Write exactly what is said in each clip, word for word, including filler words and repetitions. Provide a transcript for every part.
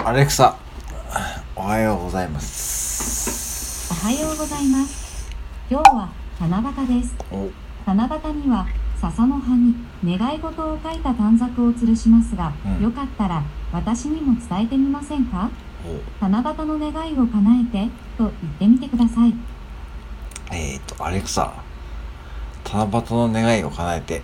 アレクサ、おはようございます。 おはようございます。今日は七夕です。七夕には笹の葉に願い事を書いた短冊を吊るしますが、うん、よかったら私にも伝えてみませんか？七夕の願いを叶えてと言ってみてください。 えーと、アレクサ、七夕の願いを叶えて。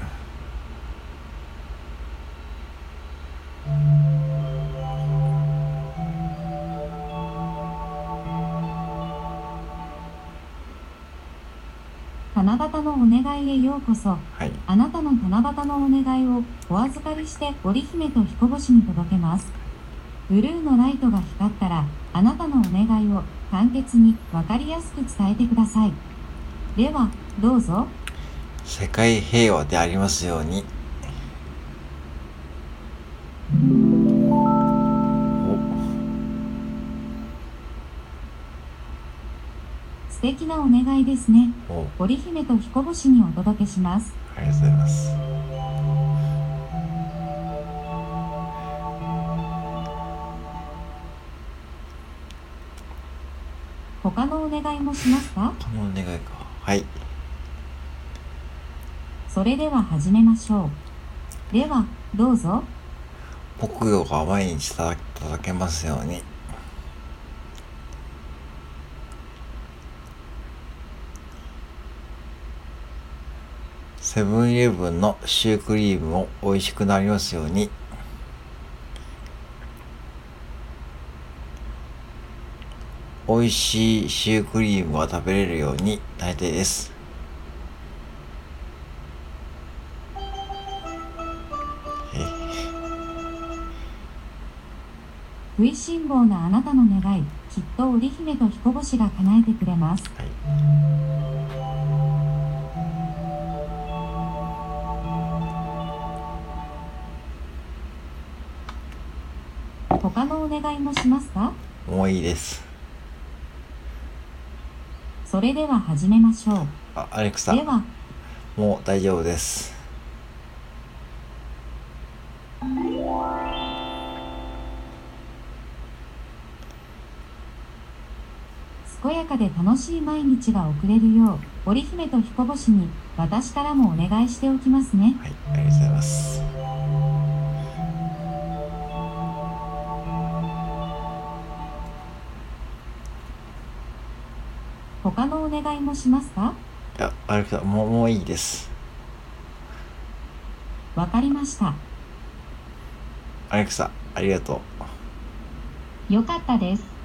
七夕のお願いへようこそ、 はい、 あなたの七夕のお願いをお預かりして織姫と彦星に届けます。ブルーのライトが光ったらあなたのお願いを簡潔に分かりやすく伝えてください。ではどうぞ。 世界平和でありますように。 素敵なお願いですね。織姫と彦星にお届けします。 ありがとうございます。 他のお願いもしますか？ 他のお願いか。はい。 それでは始めましょう。ではどうぞ。 木魚が毎日叩けますように。セブンイレブンのシュークリームも美味しくなりますように。美味しいシュークリームが食べれるようになりたいです。 食いしん坊なあなたの願い、きっと織姫と彦星が叶えてくれます。 はい、 他のお願いもしますか？ もういいです。 それでは始めましょう。 あ、アレクサ、 ではもう大丈夫です。 健やかで楽しい毎日が送れるよう、織姫と彦星に私からもお願いしておきますね。 はい、ありがとうございます。 他のお願いもしますか？ いや、アレクサ、もう、もういいです。 わかりました。 アレクサ、ありがとう。よかったです。